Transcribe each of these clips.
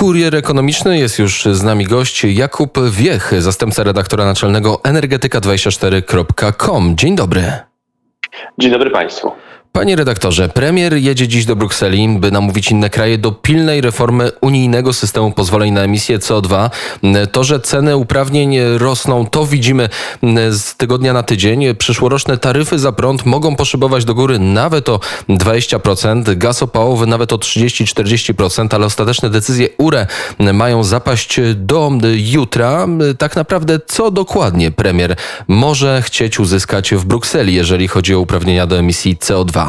Kurier Ekonomiczny. Jest już z nami gość Jakub Wiech, zastępca redaktora naczelnego energetyka24.com. Dzień dobry. Dzień dobry Państwu. Panie redaktorze, premier jedzie dziś do Brukseli, by namówić inne kraje do pilnej reformy unijnego systemu pozwoleń na emisję CO2. To, że ceny uprawnień rosną, to widzimy z tygodnia na tydzień. Przyszłoroczne taryfy za prąd mogą poszybować do góry nawet o 20%, gaz opałowy nawet o 30-40%, ale ostateczne decyzje URE mają zapaść do jutra. Tak naprawdę co dokładnie premier może chcieć uzyskać w Brukseli, jeżeli chodzi o uprawnienia do emisji CO2?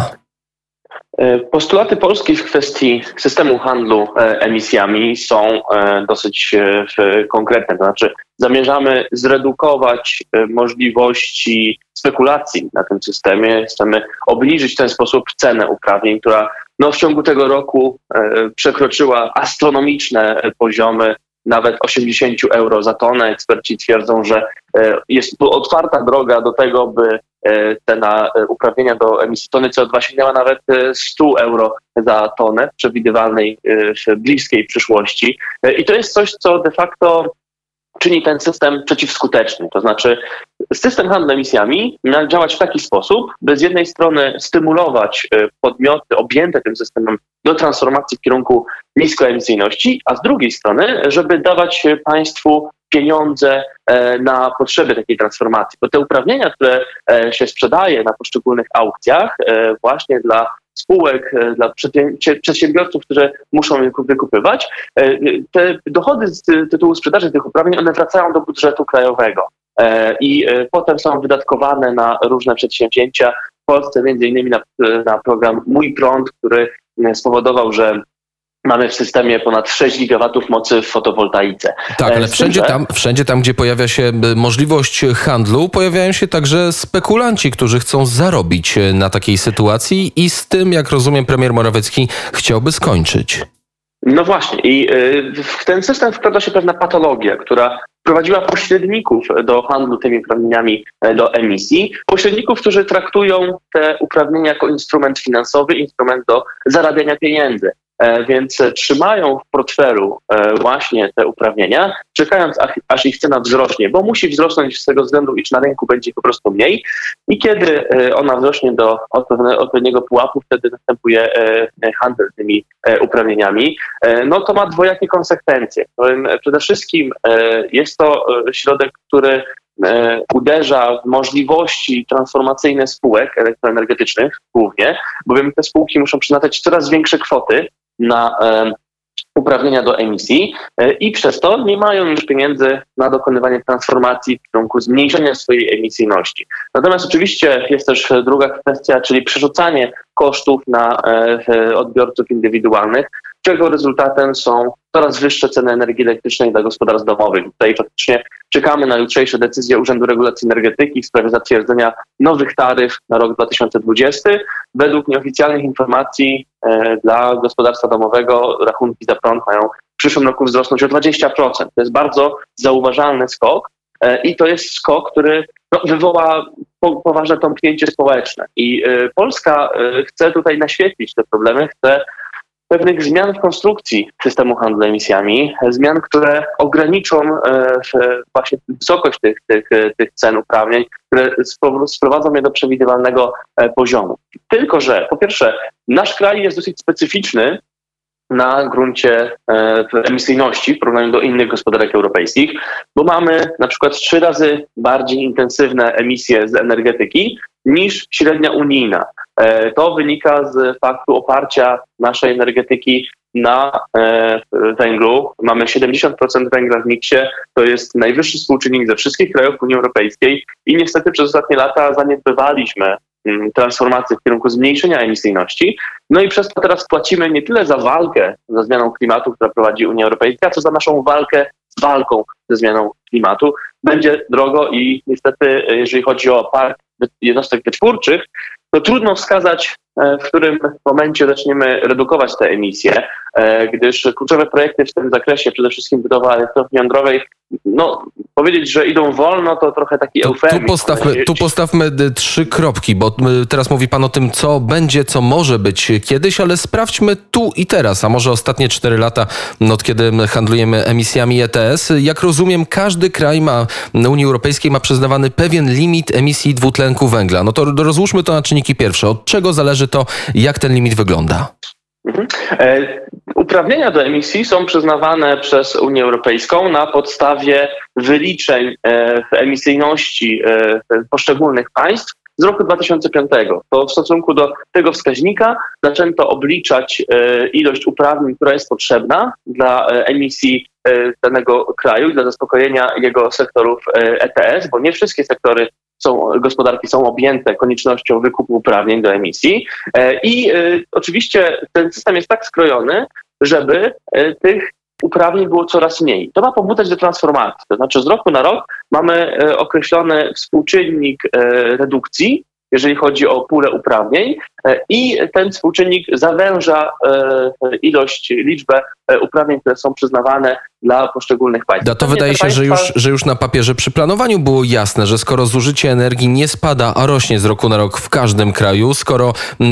Postulaty Polski w kwestii systemu handlu emisjami są dosyć konkretne. To znaczy zamierzamy zredukować możliwości spekulacji na tym systemie. Chcemy obniżyć w ten sposób cenę uprawnień, która w ciągu tego roku przekroczyła astronomiczne poziomy, nawet 80 euro za tonę. Eksperci twierdzą, że jest tu otwarta droga do tego, by cena uprawnienia do emisji tony CO2 sięgnęła nawet 100 euro za tonę w przewidywalnej, bliskiej przyszłości. I to jest coś, co de facto czyni ten system przeciwskuteczny. To znaczy system handlu emisjami miał działać w taki sposób, by z jednej strony stymulować podmioty objęte tym systemem do transformacji w kierunku niskoemisyjności, a z drugiej strony, żeby dawać państwu pieniądze na potrzeby takiej transformacji. Bo te uprawnienia, które się sprzedaje na poszczególnych aukcjach właśnie dla spółek, dla przedsiębiorców, którzy muszą je wykupywać, te dochody z tytułu sprzedaży tych uprawnień, one wracają do budżetu krajowego i potem są wydatkowane na różne przedsięwzięcia. W Polsce między innymi na program Mój Prąd, który spowodował, że mamy w systemie ponad 6 gigawatów mocy w fotowoltaice. Tak, ale wszędzie tam, gdzie pojawia się możliwość handlu, pojawiają się także spekulanci, którzy chcą zarobić na takiej sytuacji i z tym, jak rozumiem, premier Morawiecki chciałby skończyć. No właśnie i w ten system wkłada się pewna patologia, która prowadziła pośredników do handlu tymi uprawnieniami do emisji. Pośredników, którzy traktują te uprawnienia jako instrument finansowy, instrument do zarabiania pieniędzy. Więc trzymają w portfelu właśnie te uprawnienia, czekając aż ich cena wzrośnie, bo musi wzrosnąć z tego względu, iż na rynku będzie po prostu mniej i kiedy ona wzrośnie do odpowiedniego pułapu, wtedy następuje handel tymi uprawnieniami. To ma dwojakie konsekwencje. Przede wszystkim jest to środek, który uderza w możliwości transformacyjne spółek elektroenergetycznych głównie, bowiem te spółki muszą przeznaczać coraz większe kwoty na uprawnienia do emisji i przez to nie mają już pieniędzy na dokonywanie transformacji w kierunku zmniejszenia swojej emisyjności. Natomiast oczywiście jest też druga kwestia, czyli przerzucanie kosztów na odbiorców indywidualnych, czego rezultatem są coraz wyższe ceny energii elektrycznej dla gospodarstw domowych. Tutaj faktycznie czekamy na jutrzejsze decyzje Urzędu Regulacji Energetyki w sprawie zatwierdzenia nowych taryf na rok 2020. Według nieoficjalnych informacji dla gospodarstwa domowego rachunki za prąd mają w przyszłym roku wzrosnąć o 20%. To jest bardzo zauważalny skok i to jest skok, który wywoła poważne tąpnięcie społeczne. I Polska chce tutaj naświetlić te problemy, chce pewnych zmian w konstrukcji systemu handlu emisjami, zmian, które ograniczą właśnie wysokość tych cen uprawnień, które sprowadzą je do przewidywalnego poziomu. Tylko że po pierwsze nasz kraj jest dosyć specyficzny na gruncie emisyjności w porównaniu do innych gospodarek europejskich, bo mamy na przykład 3 razy bardziej intensywne emisje z energetyki niż średnia unijna. To wynika z faktu oparcia naszej energetyki na węglu. Mamy 70% węgla w miksie, to jest najwyższy współczynnik ze wszystkich krajów Unii Europejskiej i niestety przez ostatnie lata zaniedbywaliśmy transformację w kierunku zmniejszenia emisyjności. I przez to teraz płacimy nie tyle za walkę ze zmianą klimatu, która prowadzi Unia Europejska, co za naszą walkę z walką ze zmianą klimatu. Będzie drogo i niestety, jeżeli chodzi o park jednostek wytwórczych, to trudno wskazać, w którym momencie zaczniemy redukować te emisje, gdyż kluczowe projekty w tym zakresie, przede wszystkim budowa elektrowni jądrowej, Powiedzieć, że idą wolno, to trochę taki eufemizm. Tu postawmy 3 kropki, bo teraz mówi pan o tym, co będzie, co może być kiedyś, ale sprawdźmy tu i teraz, a może ostatnie 4 lata, od kiedy handlujemy emisjami ETS. Jak rozumiem, każdy kraj Unii Europejskiej ma przyznawany pewien limit emisji dwutlenku węgla. No to rozłóżmy to na czynniki pierwsze. Od czego zależy to, jak ten limit wygląda? Uprawnienia do emisji są przyznawane przez Unię Europejską na podstawie wyliczeń emisyjności poszczególnych państw z roku 2005. To w stosunku do tego wskaźnika zaczęto obliczać ilość uprawnień, która jest potrzebna dla emisji danego kraju, dla zaspokojenia jego sektorów ETS, bo nie wszystkie sektory gospodarki są objęte koniecznością wykupu uprawnień do emisji. I oczywiście ten system jest tak skrojony, żeby tych uprawnień było coraz mniej. To ma pobudzać do transformacji. To znaczy z roku na rok mamy określony współczynnik redukcji, jeżeli chodzi o pulę uprawnień, i ten współczynnik zawęża liczbę uprawnień, które są przyznawane dla poszczególnych państw. To wydaje się, że już na papierze przy planowaniu było jasne, że skoro zużycie energii nie spada, a rośnie z roku na rok w każdym kraju, skoro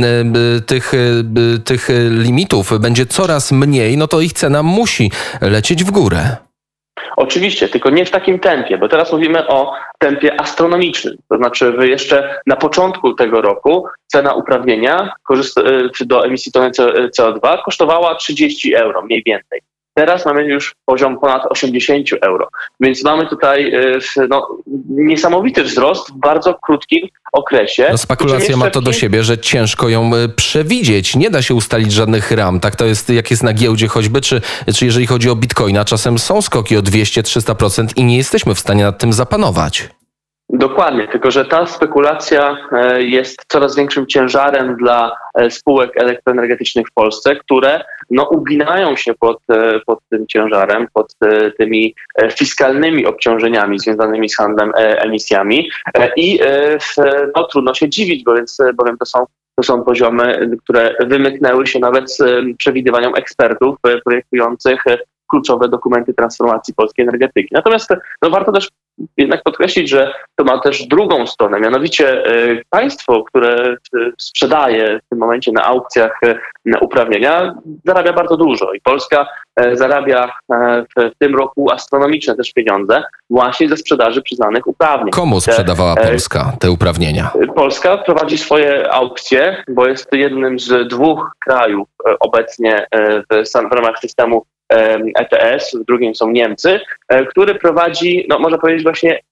tych limitów będzie coraz mniej, no to ich cena musi lecieć w górę. Oczywiście, tylko nie w takim tempie, bo teraz mówimy o tempie astronomicznym. To znaczy jeszcze na początku tego roku cena uprawnienia do emisji tony CO2 kosztowała 30 euro, mniej więcej. Teraz mamy już poziom ponad 80 euro. Więc mamy tutaj niesamowity wzrost w bardzo krótkim okresie. Spekulacja ma to do siebie, że ciężko ją przewidzieć. Nie da się ustalić żadnych ram. Tak to jest, jak jest na giełdzie choćby, czy jeżeli chodzi o bitcoina, czasem są skoki o 200-300% i nie jesteśmy w stanie nad tym zapanować. Dokładnie, tylko że ta spekulacja jest coraz większym ciężarem dla spółek elektroenergetycznych w Polsce, które uginają się pod tym ciężarem, pod tymi fiskalnymi obciążeniami związanymi z handlem emisjami i trudno się dziwić, bowiem to są poziomy, które wymyknęły się nawet z przewidywaniom ekspertów projektujących kluczowe dokumenty transformacji polskiej energetyki. Natomiast warto też jednak podkreślić, że to ma też drugą stronę, mianowicie państwo, które sprzedaje w tym momencie na aukcjach uprawnienia, zarabia bardzo dużo i Polska zarabia w tym roku astronomiczne też pieniądze właśnie ze sprzedaży przyznanych uprawnień. Komu sprzedawała Polska te uprawnienia? Polska prowadzi swoje aukcje, bo jest jednym z 2 krajów obecnie w ramach systemu ETS, w drugim są Niemcy, który prowadzi, można powiedzieć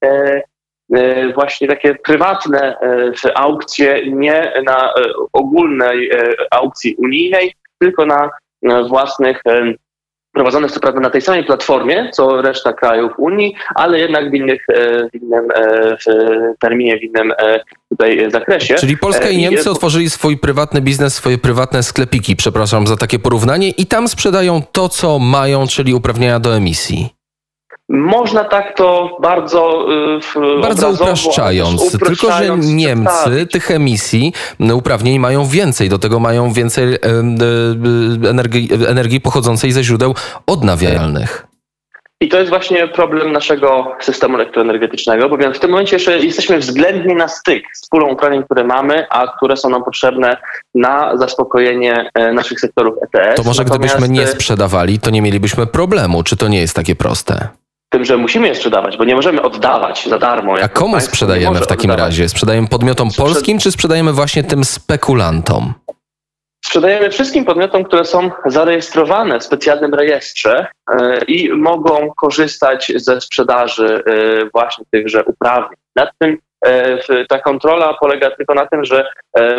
właśnie takie prywatne aukcje, nie na ogólnej aukcji unijnej, tylko na własnych, prowadzonych co prawda na tej samej platformie, co reszta krajów Unii, ale jednak w innym terminie, w innym tutaj zakresie. Czyli Polska i Niemcy otworzyli swój prywatny biznes, swoje prywatne sklepiki, przepraszam za takie porównanie, i tam sprzedają to, co mają, czyli uprawnienia do emisji. Można tak to bardzo upraszczając, tylko że Niemcy tych emisji, uprawnień mają więcej, do tego mają więcej energii pochodzącej ze źródeł odnawialnych. I to jest właśnie problem naszego systemu elektroenergetycznego, bowiem w tym momencie jeszcze jesteśmy względnie na styk z pulą uprawnień, które mamy, a które są nam potrzebne na zaspokojenie naszych sektorów ETS. To może gdybyśmy nie sprzedawali, to nie mielibyśmy problemu. Czy to nie jest takie proste? Tym, że musimy je sprzedawać, bo nie możemy oddawać za darmo. A komu sprzedajemy w takim razie? Sprzedajemy podmiotom polskim, czy sprzedajemy właśnie tym spekulantom? Sprzedajemy wszystkim podmiotom, które są zarejestrowane w specjalnym rejestrze i mogą korzystać ze sprzedaży właśnie tychże uprawnień. Nad tym ta kontrola polega tylko na tym, że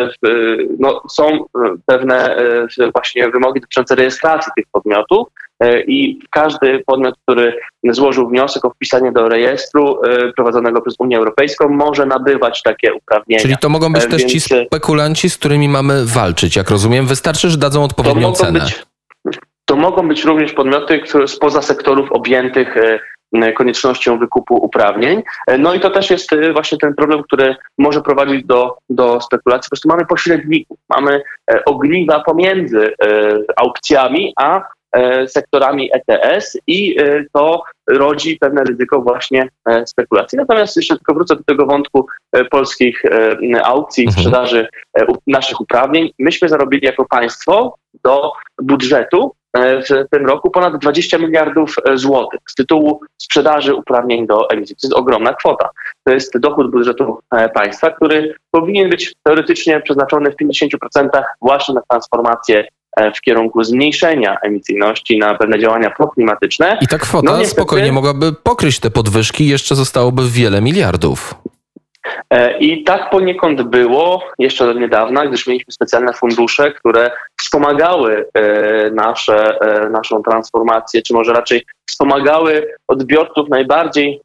są pewne właśnie wymogi dotyczące rejestracji tych podmiotów i każdy podmiot, który złożył wniosek o wpisanie do rejestru prowadzonego przez Unię Europejską, może nabywać takie uprawnienia. Czyli to mogą być też ci spekulanci, z którymi mamy walczyć, jak rozumiem. Wystarczy, że dadzą odpowiednią cenę. To mogą być również podmioty, które spoza sektorów objętych koniecznością wykupu uprawnień. No i to też jest właśnie ten problem, który może prowadzić do spekulacji. Po prostu mamy pośredników, mamy ogniwa pomiędzy aukcjami a sektorami ETS i to rodzi pewne ryzyko właśnie spekulacji. Natomiast jeszcze tylko wrócę do tego wątku polskich aukcji, sprzedaży naszych uprawnień. Myśmy zarobili jako państwo do budżetu w tym roku ponad 20 miliardów złotych z tytułu sprzedaży uprawnień do emisji. To jest ogromna kwota. To jest dochód budżetu państwa, który powinien być teoretycznie przeznaczony w 50% właśnie na transformację w kierunku zmniejszenia emisyjności, na pewne działania proklimatyczne. I ta kwota spokojnie mogłaby pokryć te podwyżki i jeszcze zostałoby wiele miliardów. I tak poniekąd było jeszcze do niedawna, gdyż mieliśmy specjalne fundusze, które wspomagały naszą transformację, czy może raczej wspomagały odbiorców najbardziej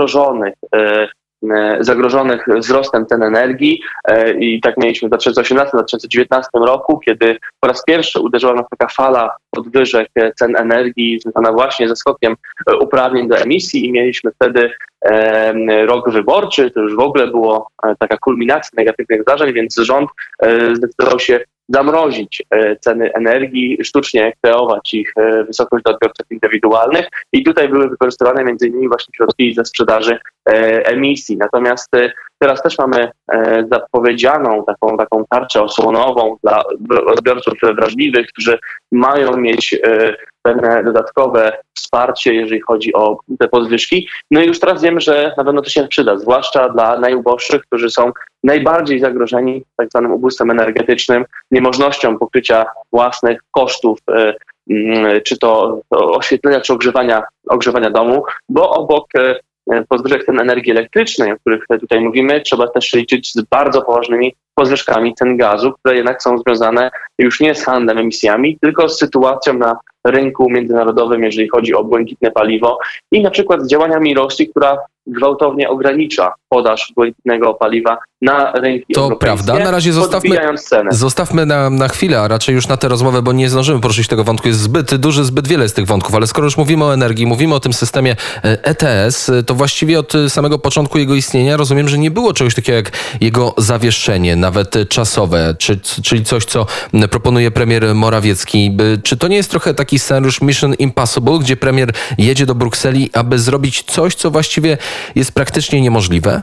zagrożonych wzrostem cen energii i tak mieliśmy w 2018-2019 roku, kiedy po raz pierwszy uderzyła nas taka fala podwyżek cen energii związana właśnie ze skokiem uprawnień do emisji i mieliśmy wtedy rok wyborczy, to już w ogóle było taka kulminacja negatywnych zdarzeń, więc rząd zdecydował się zamrozić ceny energii, sztucznie kreować ich wysokość dla odbiorców indywidualnych i tutaj były wykorzystywane między innymi właśnie środki ze sprzedaży emisji. Natomiast teraz też mamy zapowiedzianą taką tarczę osłonową dla odbiorców wrażliwych, którzy mają mieć pewne dodatkowe wsparcie, jeżeli chodzi o te podwyżki. No i już teraz wiemy, że na pewno to się przyda, zwłaszcza dla najuboższych, którzy są najbardziej zagrożeni tak zwanym ubóstwem energetycznym, niemożnością pokrycia własnych kosztów, czy to oświetlenia, czy ogrzewania domu, bo obok podwyżek cen energii elektrycznej, o których tutaj mówimy, trzeba też liczyć z bardzo poważnymi podwyżkami cen gazu, które jednak są związane już nie z handlem emisjami, tylko z sytuacją na rynku międzynarodowym, jeżeli chodzi o błękitne paliwo i na przykład z działaniami Rosji, która gwałtownie ogranicza podaż błękitnego paliwa na rynki europejskie. To prawda. Na razie zostawmy na chwilę, a raczej już na tę rozmowę, bo nie zdążymy poruszyć tego wątku. Jest zbyt duży, zbyt wiele z tych wątków, ale skoro już mówimy o energii, mówimy o tym systemie ETS, to właściwie od samego początku jego istnienia rozumiem, że nie było czegoś takiego jak jego zawieszenie, nawet czasowe, czyli coś, co proponuje premier Morawiecki. Czy to nie jest trochę taki scenariusz Mission Impossible, gdzie premier jedzie do Brukseli, aby zrobić coś, co właściwie jest praktycznie niemożliwe?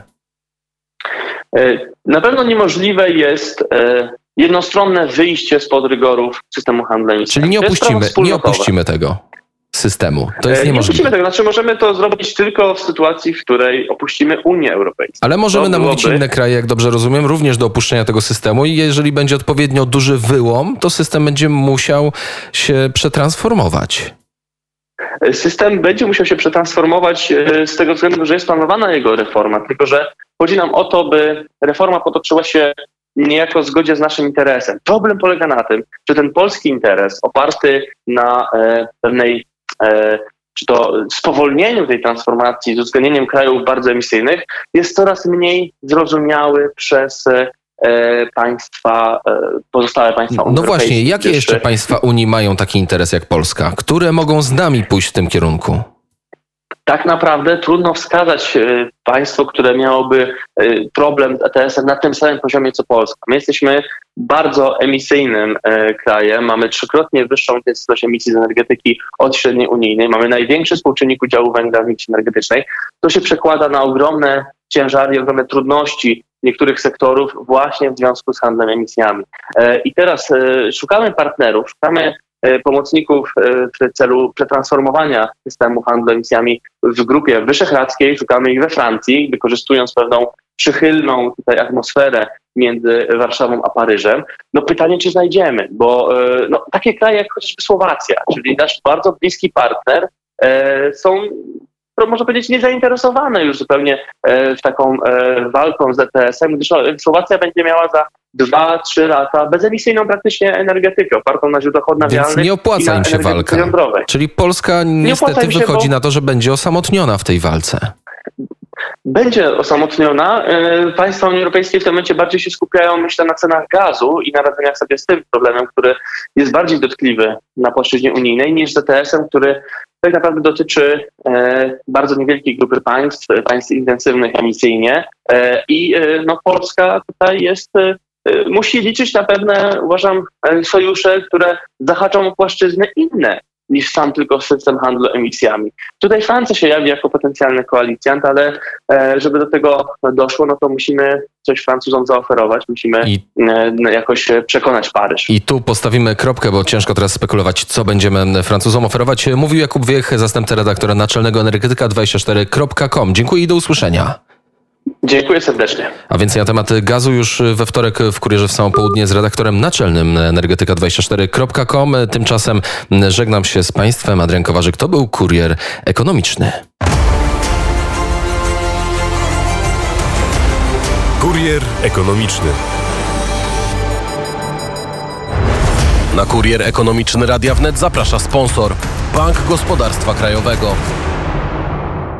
Na pewno niemożliwe jest jednostronne wyjście spod rygorów systemu handlu emisjami. Czyli nie opuścimy tego systemu. To jest niemożliwe. Nie opuścimy tego. Znaczy możemy to zrobić tylko w sytuacji, w której opuścimy Unię Europejską. Ale możemy namówić inne kraje, jak dobrze rozumiem, również do opuszczenia tego systemu i jeżeli będzie odpowiednio duży wyłom, to system będzie musiał się przetransformować. System będzie musiał się przetransformować z tego względu, że jest planowana jego reforma, tylko że chodzi nam o to, by reforma potoczyła się niejako w zgodzie z naszym interesem. Problem polega na tym, że ten polski interes oparty na pewnej czy to spowolnieniu tej transformacji z uwzględnieniem krajów bardzo emisyjnych jest coraz mniej zrozumiały przez pozostałe państwa Unii No właśnie, jakie jeszcze państwa Unii mają taki interes jak Polska? Które mogą z nami pójść w tym kierunku? Tak naprawdę trudno wskazać państwo, które miałoby problem z ETS-em na tym samym poziomie co Polska. My jesteśmy bardzo emisyjnym krajem, mamy 3-krotnie wyższą intensywność emisji z energetyki od średniej unijnej, mamy największy współczynnik udziału węgla w miksie energetycznej. To się przekłada na ogromne ciężary i ogromne trudności niektórych sektorów właśnie w związku z handlem emisjami. I teraz szukamy partnerów, szukamy pomocników w celu przetransformowania systemu handlu emisjami w Grupie Wyszehradzkiej. Szukamy ich we Francji, wykorzystując pewną przychylną tutaj atmosferę między Warszawą a Paryżem. No pytanie, czy znajdziemy, bo takie kraje jak chociażby Słowacja, czyli nasz bardzo bliski partner, są, można powiedzieć, niezainteresowane już zupełnie w taką walką z ETS-em, gdyż Słowacja będzie miała za 2-3 lata bezemisyjną praktycznie energetykę opartą na źródłach odnawialnych. Więc nie opłaca im się walka. Jądrowej. Czyli Polska niestety wychodzi na to, że będzie osamotniona w tej walce. Będzie osamotniona. Państwa Unii Europejskiej w tym momencie bardziej się skupiają, myślę, na cenach gazu i na radzeniach sobie z tym problemem, który jest bardziej dotkliwy na płaszczyźnie unijnej niż z ETS-em, który tak naprawdę dotyczy bardzo niewielkiej grupy państw intensywnych emisyjnie. I Polska tutaj musi liczyć na pewne, uważam, sojusze, które zahaczą o płaszczyzny inne niż sam tylko system handlu emisjami. Tutaj Francja się jawi jako potencjalny koalicjant, ale żeby do tego doszło, no to musimy coś Francuzom zaoferować, musimy jakoś przekonać Paryż. I tu postawimy kropkę, bo ciężko teraz spekulować, co będziemy Francuzom oferować. Mówił Jakub Wiech, zastępca redaktora naczelnego energetyka24.com. Dziękuję i do usłyszenia. Dziękuję serdecznie. A więcej na temat gazu już we wtorek w Kurierze w samo południe z redaktorem naczelnym energetyka24.com. Tymczasem żegnam się z Państwem. Adrian Kowarzyk, to był Kurier Ekonomiczny. Kurier Ekonomiczny. Na Kurier Ekonomiczny Radia Wnet zaprasza sponsor. Bank Gospodarstwa Krajowego.